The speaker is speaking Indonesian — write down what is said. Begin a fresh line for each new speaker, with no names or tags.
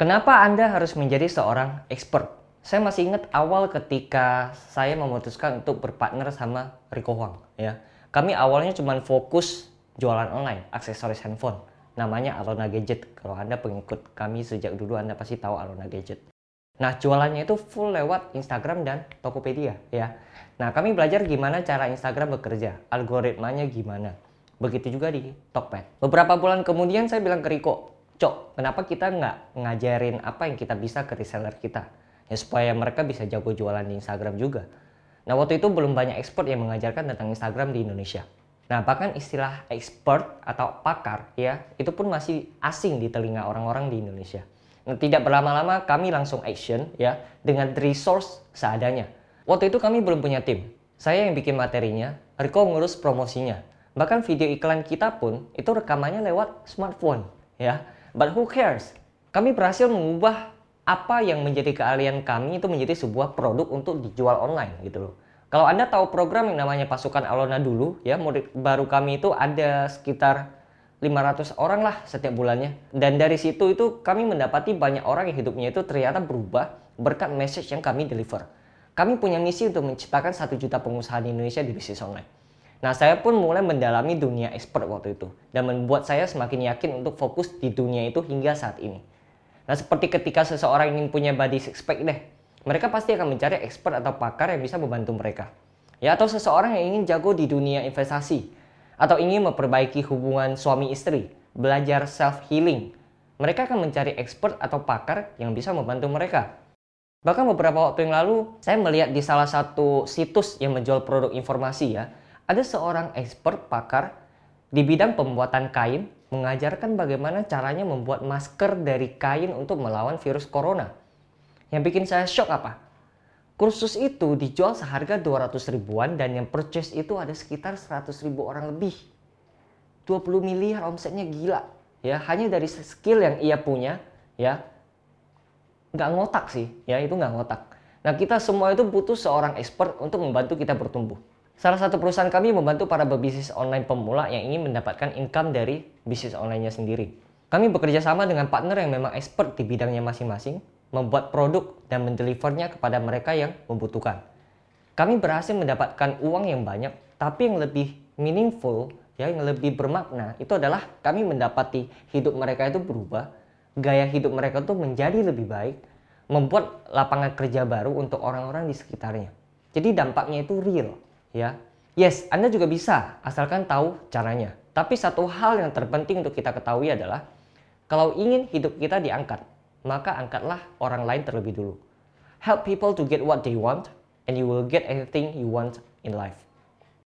Kenapa Anda harus menjadi seorang expert? Saya masih ingat awal ketika saya memutuskan untuk berpartner sama Rico Huang. Ya, kami awalnya cuma fokus jualan online, aksesoris handphone. Namanya Alona Gadget. Kalau Anda pengikut kami sejak dulu, Anda pasti tahu Alona Gadget. Nah, jualannya itu full lewat Instagram dan Tokopedia. Ya, nah kami belajar gimana cara Instagram bekerja, algoritmanya gimana. Begitu juga di Tokped. Beberapa bulan kemudian saya bilang ke Rico, Cok, kenapa kita nggak ngajarin apa yang kita bisa ke reseller kita? Ya supaya mereka bisa jago jualan di Instagram juga. Nah waktu itu belum banyak expert yang mengajarkan tentang Instagram di Indonesia. Nah bahkan istilah expert atau pakar ya itu pun masih asing di telinga orang-orang di Indonesia. Nah, tidak berlama-lama kami langsung action ya dengan resource seadanya. Waktu itu kami belum punya tim. Saya yang bikin materinya, Rico ngurus promosinya. Bahkan video iklan kita pun itu rekamannya lewat smartphone ya. But who cares? Kami berhasil mengubah apa yang menjadi keahlian kami itu menjadi sebuah produk untuk dijual online gitu loh. Kalau Anda tahu program yang namanya Pasukan Alona dulu ya, murid baru kami itu ada sekitar 500 orang lah setiap bulannya. Dan dari situ itu kami mendapati banyak orang yang hidupnya itu ternyata berubah berkat message yang kami deliver. Kami punya misi untuk menciptakan 1 juta pengusaha di Indonesia di bisnis online. Nah, saya pun mulai mendalami dunia expert waktu itu dan membuat saya semakin yakin untuk fokus di dunia itu hingga saat ini. Nah, seperti ketika seseorang ingin punya body six pack deh, mereka pasti akan mencari expert atau pakar yang bisa membantu mereka. Ya, atau seseorang yang ingin jago di dunia investasi atau ingin memperbaiki hubungan suami istri, belajar self healing. Mereka akan mencari expert atau pakar yang bisa membantu mereka. Bahkan beberapa waktu yang lalu, saya melihat di salah satu situs yang menjual produk informasi ya, ada seorang expert pakar di bidang pembuatan kain mengajarkan bagaimana caranya membuat masker dari kain untuk melawan virus corona. Yang bikin saya shock apa? Kursus itu dijual seharga 200 ribuan dan yang purchase itu ada sekitar 100 ribu orang lebih. 20 miliar omsetnya, gila. Ya, hanya dari skill yang ia punya, ya. Nggak ngotak sih, ya itu nggak ngotak. Nah, kita semua itu butuh seorang expert untuk membantu kita bertumbuh. Salah satu perusahaan kami membantu para pebisnis online pemula yang ingin mendapatkan income dari bisnis online-nya sendiri. Kami bekerja sama dengan partner yang memang expert di bidangnya masing-masing, membuat produk dan mendelivernya kepada mereka yang membutuhkan. Kami berhasil mendapatkan uang yang banyak, tapi yang lebih meaningful, ya, yang lebih bermakna, itu adalah kami mendapati hidup mereka itu berubah, gaya hidup mereka itu menjadi lebih baik, membuat lapangan kerja baru untuk orang-orang di sekitarnya. Jadi dampaknya itu real. Ya, yes, Anda juga bisa, asalkan tahu caranya. Tapi satu hal yang terpenting untuk kita ketahui adalah, kalau ingin hidup kita diangkat, maka angkatlah orang lain terlebih dulu. Help people to get what they want, and you will get anything you want in life.